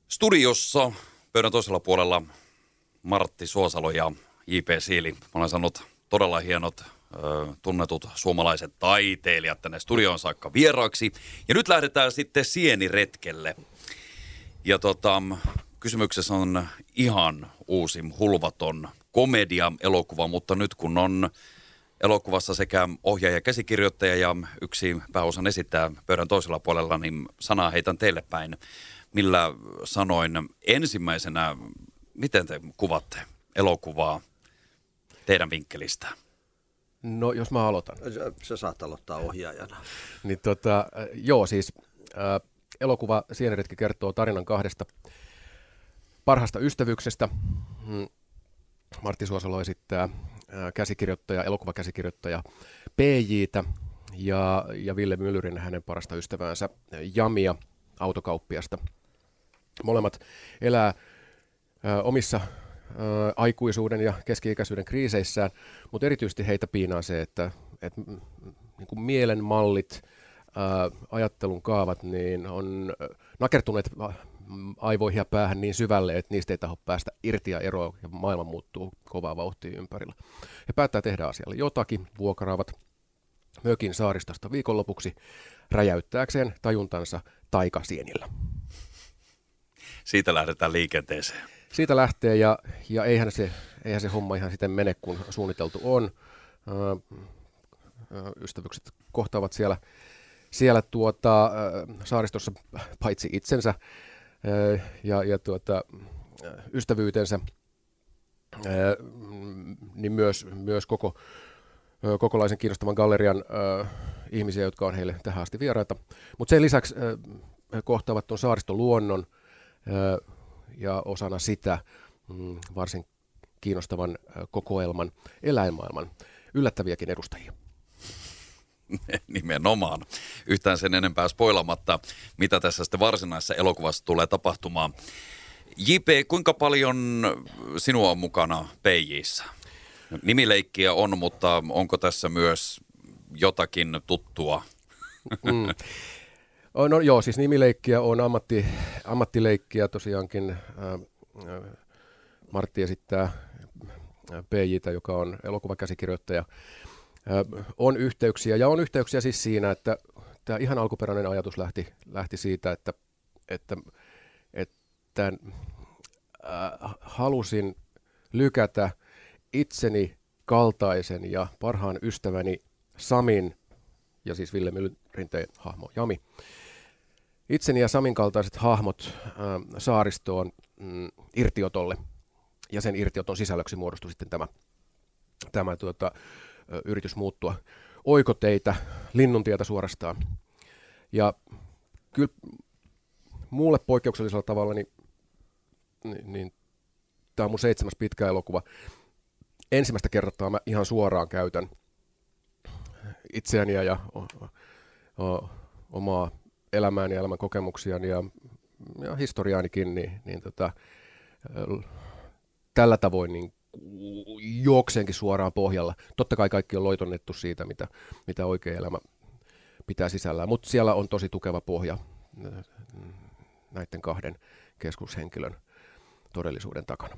Studiossa pöydän toisella puolella Martti Suosalo ja J.P. Siili. Mä olen saanut todella hienot tunnetut suomalaiset taiteilijat tänne studioon saakka vieraaksi. Ja nyt lähdetään sitten sieniretkelle. Ja kysymyksessä on ihan uusi, hulvaton komedia-elokuva, mutta nyt kun on elokuvassa sekä ohjaaja, käsikirjoittaja ja yksi pääosan esittää pöydän toisella puolella, niin sanaa heitän teille päin. Millä sanoin ensimmäisenä, miten te kuvatte elokuvaa teidän vinkkelistä? No, jos mä aloitan. Sä saat aloittaa ohjaajana. Niin siis elokuva Sieniretki kertoo tarinan kahdesta parhaasta ystävyyksestä. Martti Suosalo esittää elokuvakäsikirjoittaja PJ:tä ja Ville Myllyrin hänen parasta ystäväänsä Jamia, autokauppiasta. Molemmat elää omissa aikuisuuden ja keski-ikäisyyden kriiseissään, mutta erityisesti heitä piinaa se, että niin kuin mielen mallit, ajattelun kaavat niin on nakertuneet aivoihin ja päähän niin syvälle, että niistä ei taho päästä irti ja eroa, ja maailma muuttuu kovaa vauhtia ympärillä. He päättää tehdä asialle jotakin, vuokraavat mökin saaristosta viikonlopuksi räjäyttääkseen tajuntansa taikasienillä. Siitä lähdetään liikenteeseen. Siitä lähtee, ja eihän se homma ihan siten mene, kun suunniteltu on. Ystävykset kohtaavat siellä saaristossa paitsi itsensä ja ystävyytensä, niin myös kokolaisen kiinnostavan gallerian ihmisiä, jotka on heille tähän asti vieraita. Mutta sen lisäksi kohtaavat tuon saaristoluonnon ja osana sitä varsin kiinnostavan kokoelman eläinmaailman yllättäviäkin edustajia. Nimenomaan. Yhtään sen enempää spoilamatta, mitä tässä sitten varsinaisessa elokuvassa tulee tapahtumaan. JP, kuinka paljon sinua on mukana PJ:ssä? Nimileikkiä on, mutta onko tässä myös jotakin tuttua? No joo, siis nimileikkiä on ammattileikkiä tosiaankin. Martti esittää PJ:tä, joka on elokuvakäsikirjoittaja. On yhteyksiä siis siinä, että tämä ihan alkuperäinen ajatus lähti siitä, että halusin lykätä itseni kaltaisen ja parhaan ystäväni Samin, ja siis Ville Myllyrinteen hahmo Jami, itseni ja Samin kaltaiset hahmot saaristoon irtiotolle, ja sen irtioton sisällöksi muodostui sitten tämä yritys muuttua oikoteitä, linnuntietä suorastaan. Ja kyllä muulle poikkeuksellisella tavalla niin tämä on mun 7. pitkä elokuva. Ensimmäistä kertaa mä ihan suoraan käytän itseäni ja omaa elämääni ja elämän kokemuksiani ja historiaanikin, tällä tavoin niin jokseenkin suoraan pohjalla. Totta kai kaikki on loitonnettu siitä, mitä oikea elämä pitää sisällään, mutta siellä on tosi tukeva pohja näiden kahden keskushenkilön todellisuuden takana.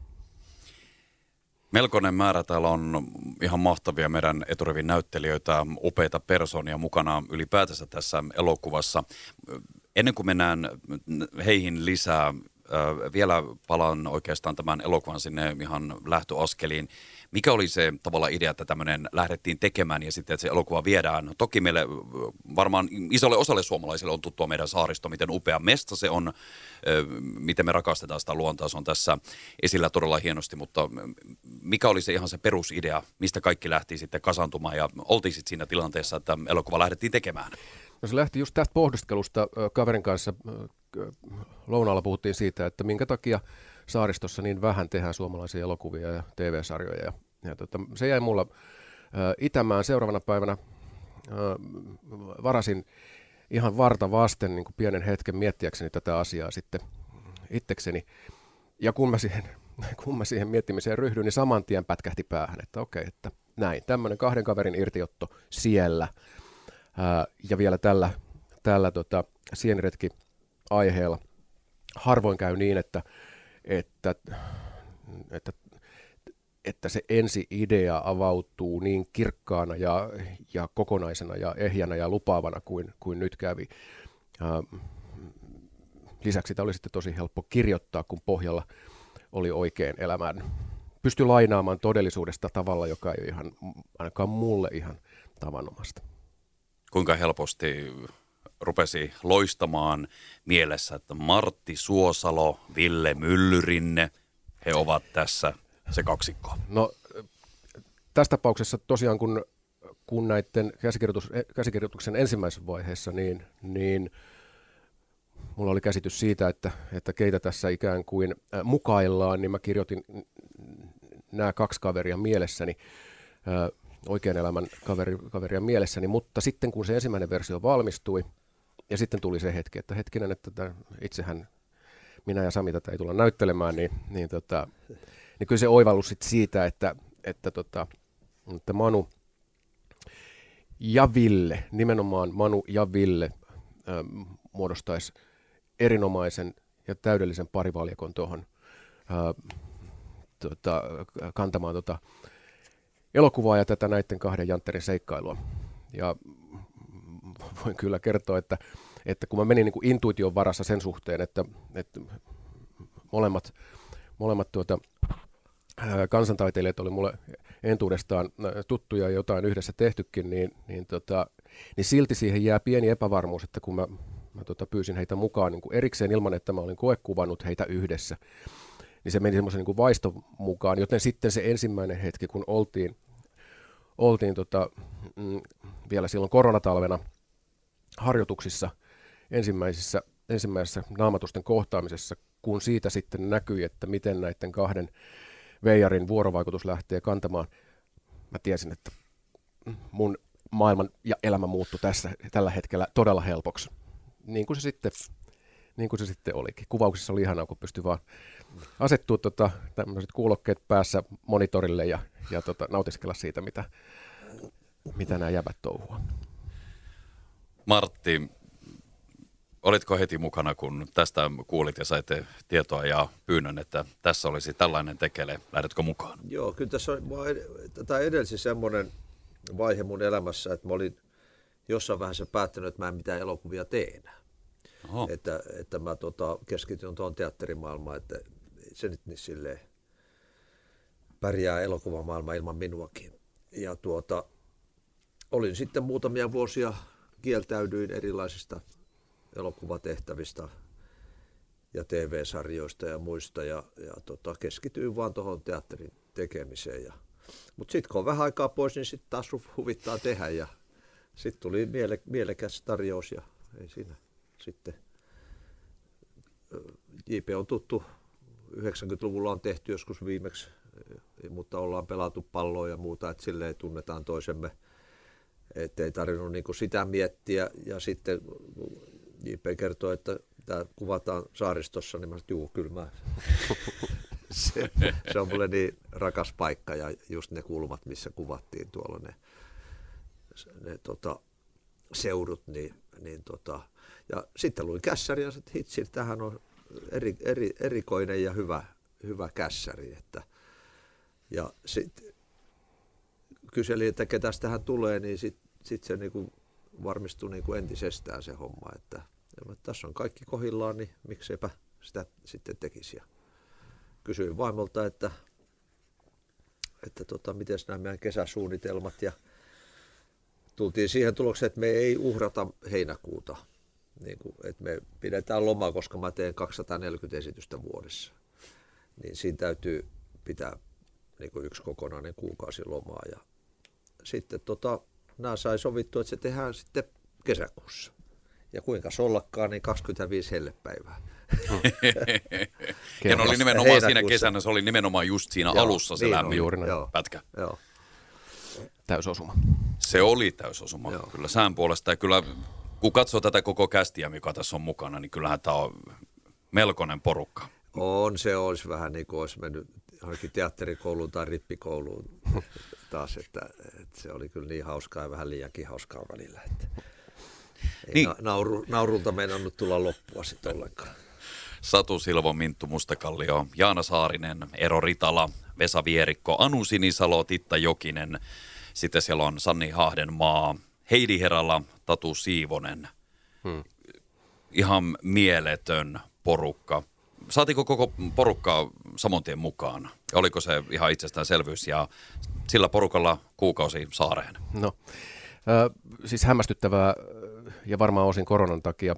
Melkoinen määrä täällä on ihan mahtavia meidän eturivin näyttelijöitä, upeita persoonia mukana ylipäätänsä tässä elokuvassa. Ennen kuin mennään heihin lisää, vielä palaan oikeastaan tämän elokuvan sinne ihan lähtöaskeliin. Mikä oli se tavallaan idea, että tämmöinen lähdettiin tekemään ja sitten, että se elokuva viedään? Toki meille varmaan isolle osalle suomalaisille on tuttua meidän saaristo, miten upea mesta se on, miten me rakastetaan sitä luontoa, se on tässä esillä todella hienosti, mutta mikä oli se ihan se perusidea, mistä kaikki lähti sitten kasantumaan ja oltiin sitten siinä tilanteessa, että elokuva lähdettiin tekemään? No se lähti just tästä pohdiskelusta kaverin kanssa. Lounaalla puhuttiin siitä, että minkä takia saaristossa niin vähän tehdään suomalaisia elokuvia ja TV-sarjoja. Se jäi mulla itämään. Seuraavana päivänä varasin ihan varta vasten niin kuin pienen hetken miettiäkseni tätä asiaa sitten itsekseni. Ja kun mä siihen miettimiseen ryhdyin, niin saman tien pätkähti päähän, että okei, että näin, tämmöinen kahden kaverin irtiotto siellä ja vielä tällä sieniretki aiheella harvoin käy niin, että se ensi-idea avautuu niin kirkkaana ja kokonaisena ja ehjänä ja lupaavana kuin nyt kävi. Lisäksi sitä oli sitten tosi helppo kirjoittaa, kun pohjalla oli oikein elämän. Pystyi lainaamaan todellisuudesta tavalla, joka ei ole ihan, ainakaan mulle ihan tavanomasta. Kuinka helposti rupesi loistamaan mielessä, että Martti Suosalo, Ville Myllyrinne, he ovat tässä se kaksikko? No tässä tapauksessa tosiaan, kun näiden käsikirjoituksen ensimmäisessä vaiheessa, niin mulla oli käsitys siitä, että keitä tässä ikään kuin mukaillaan, niin mä kirjoitin nämä kaksi kaveria mielessäni, oikean elämän kaveria mielessäni, mutta sitten kun se ensimmäinen versio valmistui, ja sitten tuli se hetki, että hetkinen, että itsehän minä ja Sami tätä ei tulla näyttelemään, niin kyllä se oivallus sit siitä, että Manu ja Ville, nimenomaan Manu ja Ville muodostaisi erinomaisen ja täydellisen parivaljakon tuohon kantamaan elokuvaa ja tätä näiden kahden jantterin seikkailua. Ja voin kyllä kertoa, että kun mä menin niin kuin intuition varassa sen suhteen, että molemmat kansantaiteilijat oli mulle entuudestaan tuttuja ja jotain yhdessä tehtykin, niin silti siihen jää pieni epävarmuus, että kun mä pyysin heitä mukaan niin kuin erikseen ilman, että mä olin koekuvannut heitä yhdessä, niin se meni semmoisen niin kuin vaiston mukaan, joten sitten se ensimmäinen hetki, kun oltiin vielä silloin koronatalvena harjoituksissa ensimmäisessä naamatusten kohtaamisessa, kun siitä sitten näkyi, että miten näiden kahden veijarin vuorovaikutus lähtee kantamaan, mä tiesin, että mun maailman ja elämä muuttui tällä hetkellä todella helpoksi. Niin kuin se sitten olikin. Kuvauksessa oli ihanaa, kun pystyi vaan asettua tämmöiset kuulokkeet päässä monitorille ja nautiskella siitä, mitä nämä jäbät touhua. Martti, olitko heti mukana, kun tästä kuulit ja saitte tietoa ja pyynnön, että tässä olisi tällainen tekele? Lähdetkö mukaan? Joo, kyllä tässä tätä edelsi semmoinen vaihe mun elämässä, että mä olin jossain vaiheessa päättänyt, että mä en mitään elokuvia tee enää. Että mä keskityn tuohon teatterimaailmaan, että se nyt niin silleen pärjää elokuvamaailma ilman minuakin. Ja olin sitten muutamia vuosia, kieltäydyin erilaisista elokuvatehtävistä ja TV-sarjoista ja muista ja keskityin vaan tuohon teatterin tekemiseen. Mutta sitten kun on vähän aikaa pois, niin sitten taas huvittaa tehdä ja sitten tuli mielekäs tarjous ja ei siinä sitten. JP on tuttu, 90-luvulla on tehty joskus viimeksi, mutta ollaan pelattu palloa ja muuta, että silleen tunnetaan toisemme. Että ei tarvinnut niinku sitä miettiä ja sitten JP kertoi, että tämä kuvataan saaristossa, niin mä sanoin, kyllä se on mulle niin rakas paikka ja just ne kulmat, missä kuvattiin tuolla ne seudut, ja sitten luin kässäri ja sitten hitsi, tähän on erikoinen ja hyvä kässäri, ja sitten kyseli, että ketä tähän tulee, niin sitten se niinku varmistui niinku entisestään se homma, että tässä on kaikki kohdillaan, niin mikseipä sitä sitten tekisi. Ja kysyin vaimolta, että miten nämä meidän kesäsuunnitelmat, ja tultiin siihen tulokseen, että me ei uhrata heinäkuuta, niin kuin, että me pidetään lomaa, koska mä teen 240 esitystä vuodessa, niin siinä täytyy pitää niin kuin yksi kokonainen kuukausi lomaa, ja sitten nämä sai sovittua, että se tehdään sitten kesäkuussa. Ja kuinka ollakaan, niin 25 hellepäivää. Ja ne oli nimenomaan siinä kesänä, se oli nimenomaan just siinä alussa se lämmin pätkä. Joo. Täysosuma. Se oli täysosuma, kyllä sään puolesta. Ja kyllä, kun katsoo tätä koko kästiä, mikä tässä on mukana, niin kyllähän tämä on melkoinen porukka. Se olisi vähän niin kuin olisi mennyt johonkin teatterikouluun tai rippikouluun taas, että se oli kyllä niin hauskaa ja vähän liiankin hauskaa välillä, että ei naurulta meinannut tulla loppua sitten ollenkaan. Satu Silvo, Minttu Mustakallio, Jaana Saarinen, Eero Ritala, Vesa Vierikko, Anu Sinisalo, Titta Jokinen. Sitten siellä on Sanni Hahdenmaa, Heidi Herala, Tatu Siivonen. Ihan mieletön porukka. Saatiinko koko porukkaa saman tien mukaan? Oliko se ihan itsestäänselvyys ja sillä porukalla kuukausi saareen? No, siis hämmästyttävää ja varmaan osin koronan takia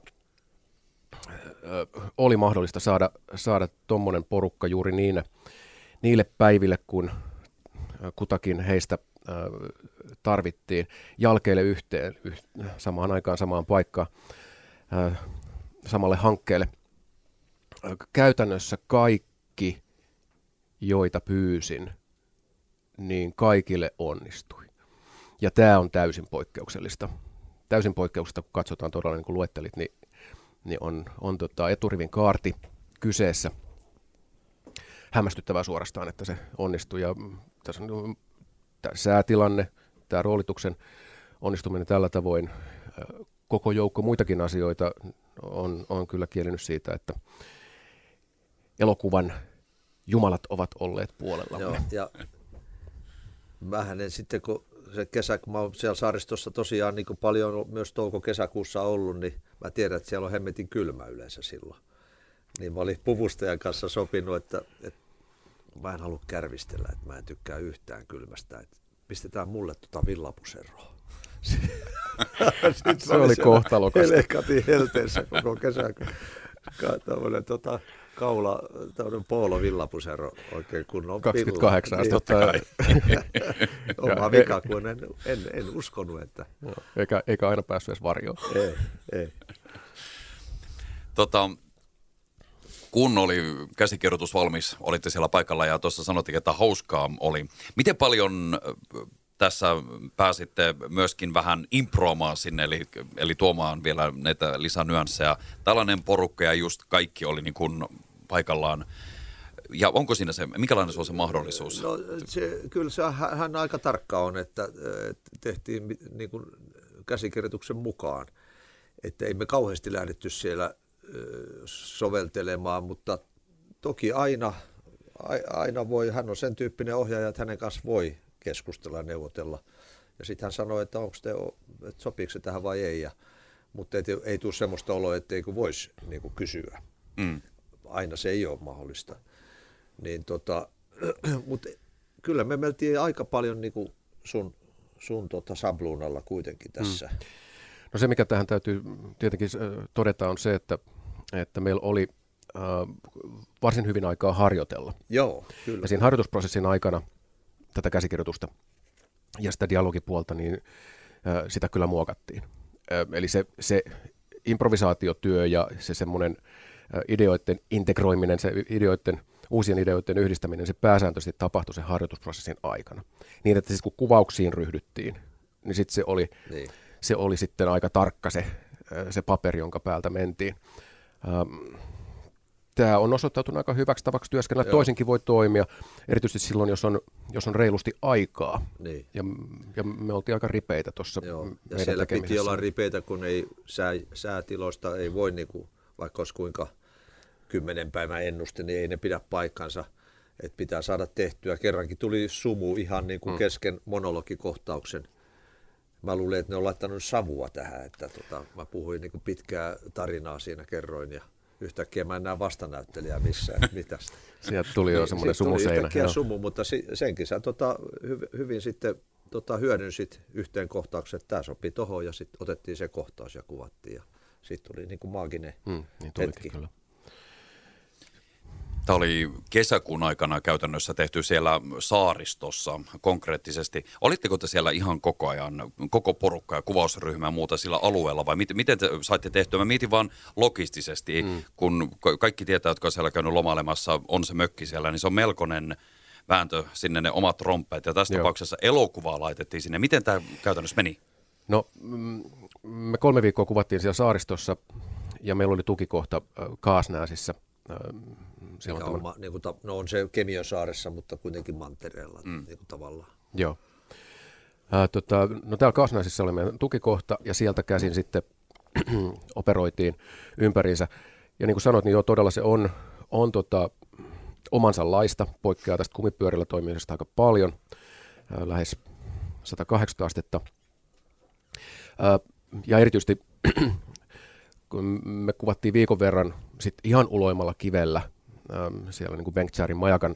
oli mahdollista saada tuommoinen porukka juuri niille päiville, kun kutakin heistä tarvittiin jalkeille yhteen samaan aikaan, samaan paikkaan, samalle hankkeelle. Käytännössä kaikki, joita pyysin, niin kaikille onnistui. Ja tämä on täysin poikkeuksellista. Täysin poikkeuksellista, kun katsotaan todella, niin kuin luettelit, niin on eturivin kaarti kyseessä. Hämmästyttävää suorastaan, että se onnistui. Ja tässä on tämä säätilanne, tämä roolituksen onnistuminen tällä tavoin, koko joukko muitakin asioita on kyllä kielinyt siitä, että elokuvan jumalat ovat olleet puolellamme. Joo, ja vähän sitten, kun se kesä, kun mä oon siellä saaristossa tosiaan niin paljon myös touko-kesäkuussa ollut, niin mä tiedän, että siellä on hemmetin kylmä yleensä silloin. Niin mä olin puvustajan kanssa sopinut, että mä en halua kärvistellä, että mä en tykkää yhtään kylmästä, että pistetään mulle villapuseroa. Se oli kohtalokasta. Helekatin helteessä koko kesän, tämmöinen kaula, tämmöinen poolo-villapusero, oikein kunnon 28 villa. astetta. Oma vika, kun en uskonut, että... Eikä aina päässyt edes varjoon. Ei. Kun oli käsikirjoitus valmis, olitte siellä paikalla ja tuossa sanottiin, että hauskaa oli. Miten paljon tässä pääsitte myöskin vähän improamaan sinne, eli tuomaan vielä näitä lisänyansseja? Tällainen porukka ja just kaikki oli niin kuin paikallaan. Ja onko siinä minkälainen se on se mahdollisuus? No, kyllä se hän aika tarkka on, että tehtiin niin kuin käsikirjoituksen mukaan. Että ei me kauheasti lähdetty siellä soveltelemaan, mutta toki aina voi, hän on sen tyyppinen ohjaaja, että hänen kanssa voi keskustella ja neuvotella. Ja sitten hän sanoi, että sopiiko se tähän vai ei. Mutta ei tule semmoista oloa, etteikö voisi niin kuin kysyä. Aina se ei ole mahdollista. Niin mutta kyllä me meltiin aika paljon niin kuin sun sabluunalla kuitenkin tässä. No se, mikä tähän täytyy tietenkin todeta, on se, että meillä oli varsin hyvin aikaa harjoitella. Joo, kyllä. Ja siinä harjoitusprosessin aikana tätä käsikirjoitusta ja sitä dialogipuolta, niin sitä kyllä muokattiin. Eli se improvisaatiotyö ja se semmoinen ideoiden integroiminen, se uusien ideoiden yhdistäminen, se pääsääntöisesti tapahtui sen harjoitusprosessin aikana. Niin, että siis kun kuvauksiin ryhdyttiin, niin sitten se oli sitten aika tarkka se paperi, jonka päältä mentiin. Tämä on osoittautunut aika hyväksi tavaksi työskennellä. Joo. Toisinkin voi toimia, erityisesti silloin, jos on reilusti aikaa. Niin. Ja me oltiin aika ripeitä tuossa meidän ja siellä piti olla ripeitä, kun säätiloista ei voi, niin kuin, vaikka olisi kuinka 10 päivän ennuste, niin ei ne pidä paikkansa. Että pitää saada tehtyä. Kerrankin tuli sumu ihan niin kuin kesken monologikohtauksen. Mä luulen, että ne on laittanut savua tähän, että mä puhuin niin kuin pitkää tarinaa siinä, kerroin ja yhtäkkiä mä en näe vastanäyttelijää missään. Mitästä. Sieltä tuli jo semmoinen sumuseinä. Yhtäkkiä sumu, mutta senkin sä hyvin sitten hyödynsit yhteen kohtaukseen, että tämä sopii tohon ja sitten otettiin se kohtaus ja kuvattiin ja sitten tuli niin kuin maaginen hetki. Kyllä. Tämä oli kesäkuun aikana käytännössä tehty siellä saaristossa konkreettisesti. Olitteko te siellä ihan koko ajan, koko porukka ja kuvausryhmä ja muuta sillä alueella vai miten te saitte tehtyä? Mä mietin vaan logistisesti, kun kaikki tietää, jotka on siellä käynyt lomailemassa, on se mökki siellä, niin se on melkoinen vääntö sinne ne omat romppeet ja tässä tapauksessa elokuvaa laitettiin sinne. Miten tämä käytännössä meni? No me 3 viikkoa kuvattiin siellä saaristossa ja meillä oli tukikohta Kaasnääsissä. On se Kemiönsaaressa, mutta kuitenkin mantereella niin kuin tavallaan. Joo. No täällä Kaasnaisissa oli meidän tukikohta ja sieltä käsin sitten operoitiin ympäriinsä. Ja niin kuin sanoit, niin joo, todella se on omansa laista, poikkeaa tästä kumipyörillä toimimisesta aika paljon, lähes 180 astetta. Ja erityisesti kun me kuvattiin viikon verran sit ihan uloimalla kivellä siellä niin kuin Bengtsäärin majakan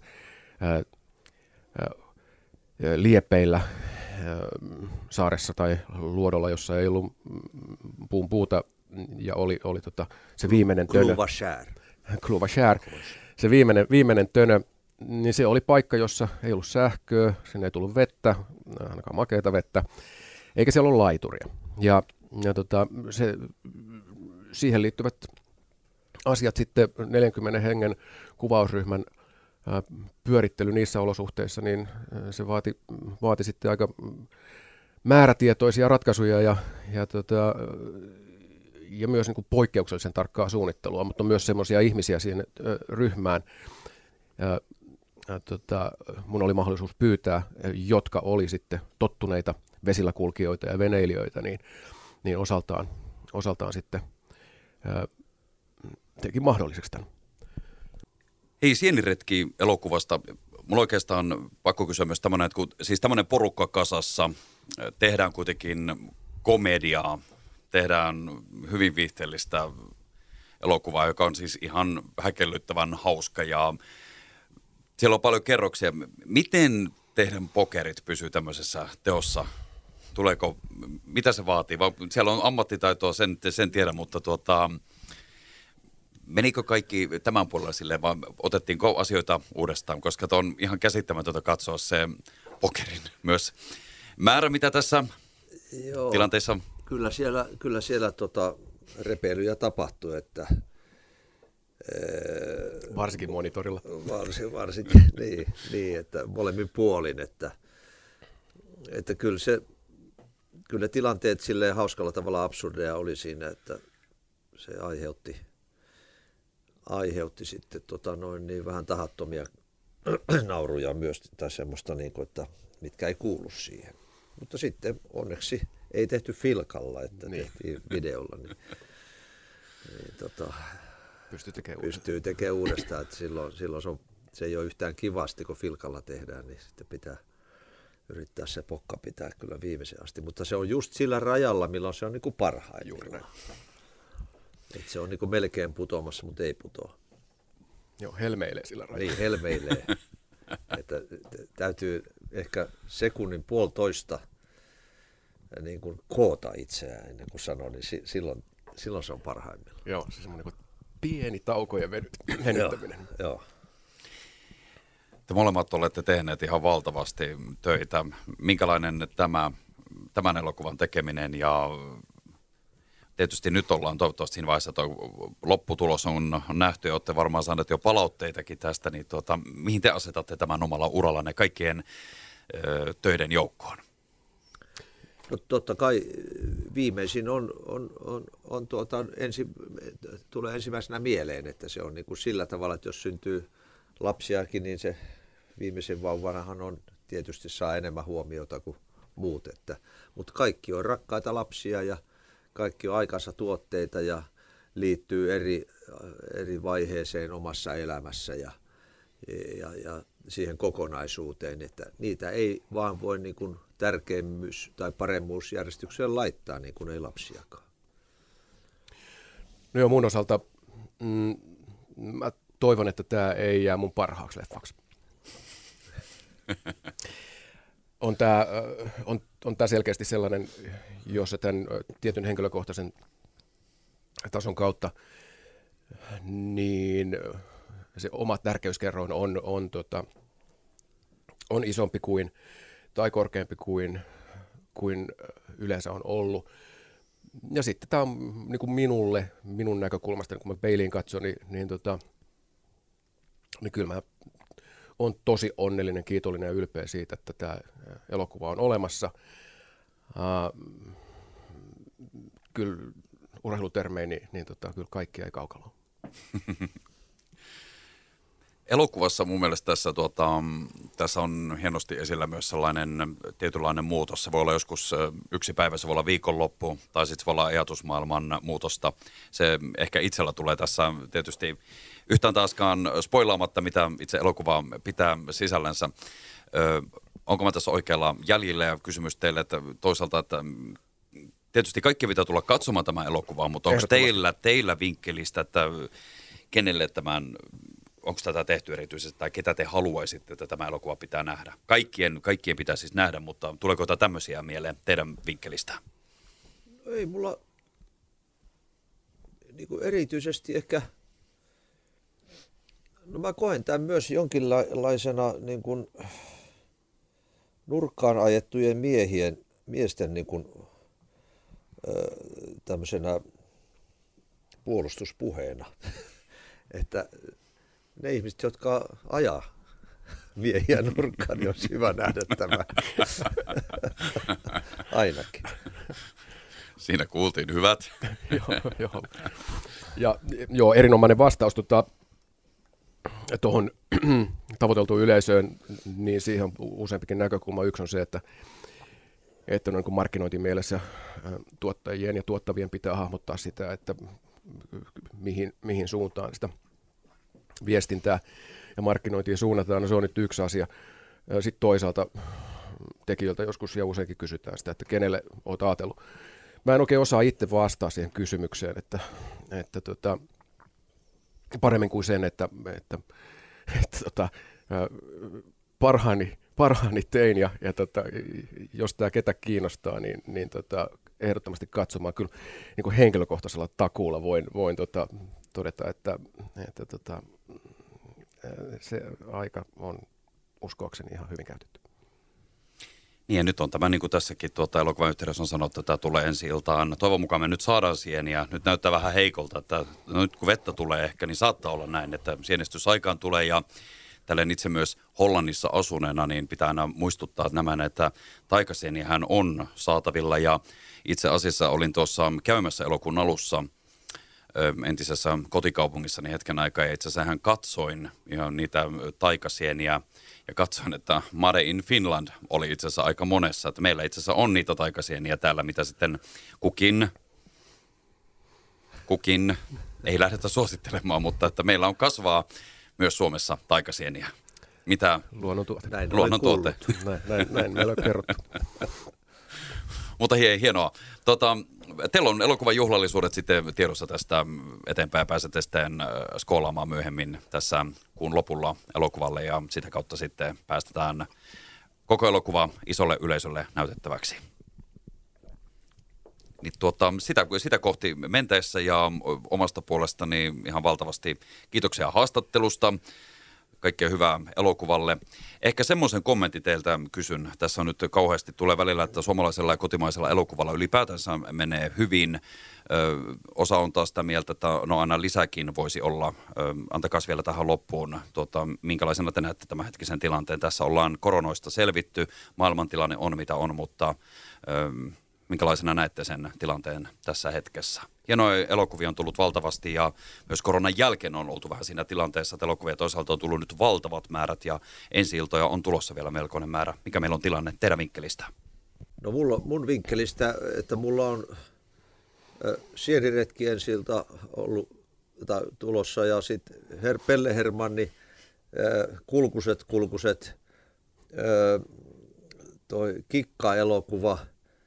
liepeillä saaressa tai luodolla, jossa ei ollut puuta ja oli se viimeinen tönö. Kluvashär. Se viimeinen tönö, niin se oli paikka, jossa ei ollut sähköä, sinne ei tullut vettä, ainakaan makeata vettä, eikä siellä ollut laituria. Ja siihen liittyvät asiat sitten 40 hengen kuvausryhmän pyörittely niissä olosuhteissa, niin se vaati sitten aika määrätietoisia ratkaisuja ja myös niin kuin poikkeuksellisen tarkkaa suunnittelua, mutta myös semmoisia ihmisiä siihen ryhmään. Mun oli mahdollisuus pyytää, jotka oli sitten tottuneita vesillä kulkijoita ja veneilijöitä, niin osaltaan sitten teki mahdolliseksi tämän. Hei, Sieniretki elokuvasta. Mulla oikeastaan pakko kysyä myös tämmöinen, että siis tämmöinen porukka kasassa, tehdään kuitenkin komediaa, tehdään hyvin viihteellistä elokuvaa, joka on siis ihan häkellyttävän hauska ja siellä on paljon kerroksia. Miten teidän pokerit pysyy tämmöisessä teossa? Mitä se vaatii? Siellä on ammattitaitoa, sen tiedän, mutta menikö kaikki tämän puolella silleen, vai otettiinko asioita uudestaan? Koska on ihan käsittämätöntä katsoa se pokerin myös määrä, mitä tässä tilanteessa. Kyllä siellä repeilyjä tapahtui, että varsinkin monitorilla. Varsinkin, niin, että molemmin puolin, että kyllä tilanteet silleen hauskalla tavalla absurdeja oli siinä, että se aiheutti sitten niin vähän tahattomia nauruja myös tai semmoista, niin kuin, että mitkä ei kuulu siihen. Mutta sitten onneksi ei tehty filkalla, että tehtiin videolla, niin pystyy tekemään uudestaan, että silloin se ei ole yhtään kivasti, kun filkalla tehdään, niin sitten pitää yrittää se pokka pitää kyllä viimeisen asti, mutta se on just sillä rajalla, milloin se on niin kuin parhaimmillaan. Että se on niin kuin melkein putoamassa, mutta ei putoa. Joo, helmeilee sillä rajalla. Niin, helmeilee. Että täytyy ehkä sekunnin puolitoista niin kuin koota itseään ennen kuin sanoo, niin silloin se on parhaimmillaan. Joo, se semmoinen kuin pieni tauko ja venyttäminen. Joo. Te molemmat olette tehneet ihan valtavasti töitä. Minkälainen tämän elokuvan tekeminen ja tietysti nyt ollaan toivottavasti siinä vaiheessa, että lopputulos on nähty ja olette varmaan saaneet jo palautteitakin tästä, niin mihin te asetatte tämän omalla urallanne kaikkien töiden joukkoon? No totta kai viimeisin tulee ensimmäisenä mieleen, että se on niin kuin sillä tavalla, että jos syntyy lapsiakin, niin se viimeisen vauvanahan on tietysti saa enemmän huomiota kuin muut. Mutta kaikki on rakkaita lapsia ja kaikki on aikansa tuotteita ja liittyy eri vaiheeseen omassa elämässä ja siihen kokonaisuuteen, että niitä ei vaan voi niin kuin tärkeimyys- tai paremmuusjärjestykseen laittaa, niin kuin ei lapsiakaan. No joo, mun osalta mä toivon, että tämä ei jää mun parhaaksi leffaksi. On tämä selkeästi sellainen, jossa tämän tietyn henkilökohtaisen tason kautta niin se oma tärkeyskerroin on isompi kuin tai korkeampi kuin yleensä on ollut. Ja sitten tämä on niin kuin minun näkökulmasta, kun mä peiliin katson, niin kyllä mä olen tosi onnellinen, kiitollinen ja ylpeä siitä, että tämä elokuva on olemassa. Kyllä urheilutermein, niin kyllä kaikki ei kaukaloon. Elokuvassa mun mielestä tässä on hienosti esillä myös sellainen tietynlainen muutos. Se voi olla joskus yksi päivä, se voi olla viikonloppu tai sitten se voi olla ajatusmaailman muutosta. Se ehkä itsellä tulee tässä tietysti yhtään taaskaan spoilaamatta, mitä itse elokuva pitää sisällänsä. Onko mä tässä oikealla jäljellä ja kysymys teille, että toisaalta, että tietysti kaikki pitää tulla katsomaan tämän elokuvan, mutta onko teillä vinkkelistä, että kenelle onko tätä tehty erityisesti tai ketä te haluaisitte, että tämä elokuva pitää nähdä? Kaikkien pitää siis nähdä, mutta tuleeko tämmöisiä mieleen teidän vinkkelistä? No ei mulla niin kuin erityisesti ehkä, no mä koen tämän myös jonkinlaisena niin kuin nurkkaan ajettujen miesten niin kuin, tämmöisenä puolustuspuheena, että ne ihmiset, jotka ajaa miehiä nurkkaan, niin olisi hyvä nähdä tämä ainakin. Siinä kuultiin hyvät. Joo, erinomainen vastaus tuohon tavoiteltuun yleisöön, niin siihen on useampikin näkökulma. Yksi on se, että niin kuin markkinointimielessä tuottajien ja tuottavien pitää hahmottaa sitä, että mihin suuntaan sitä viestintää ja markkinointia suunnataan. No se on nyt yksi asia. Sitten toisaalta tekijöiltä joskus ja useinkin kysytään sitä, että kenelle olet ajatellut. Mä en oikein osaa itse vastaa siihen kysymykseen, että paremmin kuin sen, että parhaani tein ja jos tämä ketä kiinnostaa, niin ehdottomasti katsomaan. Kyllä niin kuin henkilökohtaisella takuulla voin todeta, että se aika on uskoakseni ihan hyvin käytetty. Niin ja nyt on tämä, niin kuin tässäkin elokuvan yhteydessä on sanottu, että tämä tulee ensi iltaan. Toivon mukaan me nyt saadaan sieniä. Nyt näyttää vähän heikolta, että nyt kun vettä tulee ehkä, niin saattaa olla näin, että sienestysaikaan tulee ja tälleen itse myös Hollannissa asuneena, niin pitää aina muistuttaa että taikasieniähän on saatavilla ja itse asiassa olin tuossa käymässä elokuun alussa entisessä kotikaupungissani hetken aikaa ja itse asiassa hän katsoin ihan niitä taikasieniä ja katsoin, että Made in Finland oli itse asiassa aika monessa, että meillä itse asiassa on niitä taikasieniä täällä, mitä sitten kukin ei lähdetä suosittelemaan, mutta että meillä on kasvaa myös Suomessa taikasieniä. Mitä? Luonnontuote. Luonnontuote. Näin meillä on kerrottu. Mutta hienoa. Teillä on elokuvan juhlallisuudet sitten tiedossa tästä eteenpäin. Pääsette sitten skoolaamaan myöhemmin tässä kuun lopulla elokuvalle ja sitä kautta sitten päästetään koko elokuva isolle yleisölle näytettäväksi. Niin sitä kohti menteessä ja omasta puolestani ihan valtavasti kiitoksia haastattelusta. Kaikkea hyvää elokuvalle. Ehkä semmoisen kommentin teiltä kysyn. Tässä on nyt kauheasti tulee välillä, että suomalaisella ja kotimaisella elokuvalla ylipäätänsä menee hyvin. Osa on taas sitä mieltä, että no aina lisäkin voisi olla. Antakaa vielä tähän loppuun, minkälaisena te näette tämänhetkisen tilanteen. Tässä ollaan koronoista selvitty. Maailmantilanne on mitä on, mutta minkälaisena näette sen tilanteen tässä hetkessä? Hienoja elokuvia on tullut valtavasti ja myös koronan jälkeen on oltu vähän siinä tilanteessa, että elokuvia toisaalta on tullut nyt valtavat määrät ja ensi-iltoja on tulossa vielä melkoinen määrä. Mikä meillä on tilanne teidän vinkkelistä? No mun vinkkelistä, että mulla on Sieniretki ensi-ilta ollut tulossa ja sitten Pelle Hermanni, Kulkuset, toi Kikka-elokuva.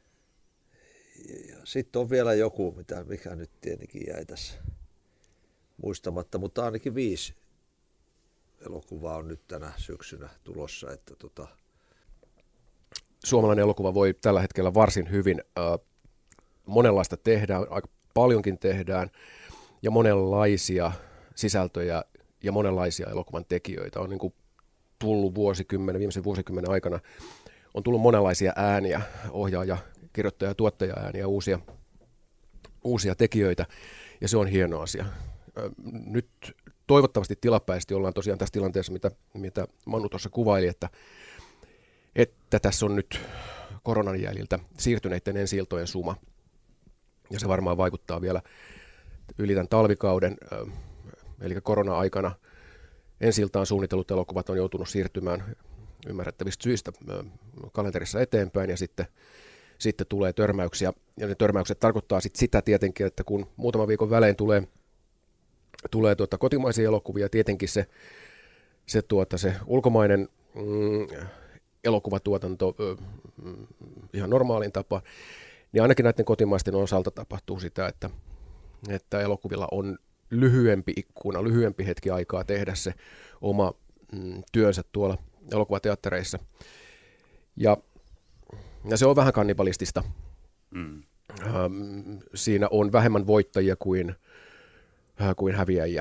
Sitten on vielä joku, mikä nyt tietenkin jäi tässä muistamatta, mutta ainakin 5 elokuvaa on nyt tänä syksynä tulossa. Että Suomalainen elokuva voi tällä hetkellä varsin hyvin. Monenlaista tehdään, aika paljonkin tehdään ja monenlaisia sisältöjä ja monenlaisia elokuvan tekijöitä on niin kuin tullut viimeisen vuosikymmenen aikana. On tullut monenlaisia ääniä, ohjaaja, kirjoittaja- ja tuottaja-ääniä, uusia tekijöitä, ja se on hieno asia. Nyt toivottavasti tilapäisesti ollaan tosiaan tässä tilanteessa, mitä Manu tuossa kuvaili, että tässä on nyt koronan jäljiltä siirtyneiden ensi-iltojen suma, ja se varmaan vaikuttaa vielä yli tämän talvikauden, eli korona-aikana ensi-iltaan suunnitellut elokuvat on joutunut siirtymään ymmärrettävistä syistä kalenterissa eteenpäin ja sitten tulee törmäyksiä. Ja ne törmäykset tarkoittaa sitä tietenkin, että kun muutaman viikon välein tulee kotimaisia elokuvia, tietenkin se ulkomainen elokuvatuotanto ihan normaalin tapaan, niin ainakin näiden kotimaisten osalta tapahtuu sitä, että elokuvilla on lyhyempi ikkuna, lyhyempi hetki aikaa tehdä se oma työnsä tuolla elokuvateattereissa. Ja se on vähän kannibalistista. Siinä on vähemmän voittajia kuin häviäjiä.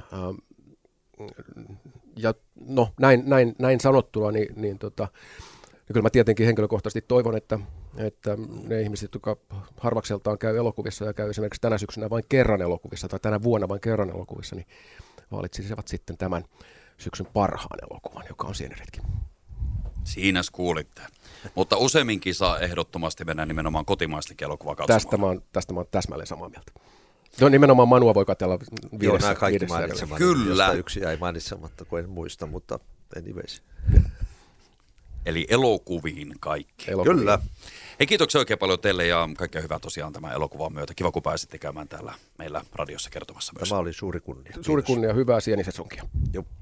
Ja no, näin sanottuna, niin kyllä mä tietenkin henkilökohtaisesti toivon, että ne ihmiset, jotka harvakseltaan käy elokuvissa ja käy esimerkiksi tänä syksynä vain kerran elokuvissa tai tänä vuonna vain kerran elokuvissa, niin valitsisivat sitten tämän syksyn parhaan elokuvan, joka on Sieniretki. Siinäs kuulitte. Mutta useamminkin saa ehdottomasti mennä nimenomaan kotimaistakin elokuvaa katsomaan. Tästä mä oon täsmälleen samaa mieltä. No nimenomaan Manua voi katsella Joo, nämä kaikki mainitsemaan. Kyllä. Josta yksi jäi mainitsematta, kun en muista, mutta anyways. Eli elokuviin kaikki. Kyllä. Hei, kiitoksia oikein paljon teille ja kaikkea hyvää tosiaan tämän elokuvan myötä. Kiva, kun pääsitte käymään täällä meillä radiossa kertomassa myös. Tämä oli suuri kunnia. Suuri kunnia, hyvää sienisesonkia. Joo.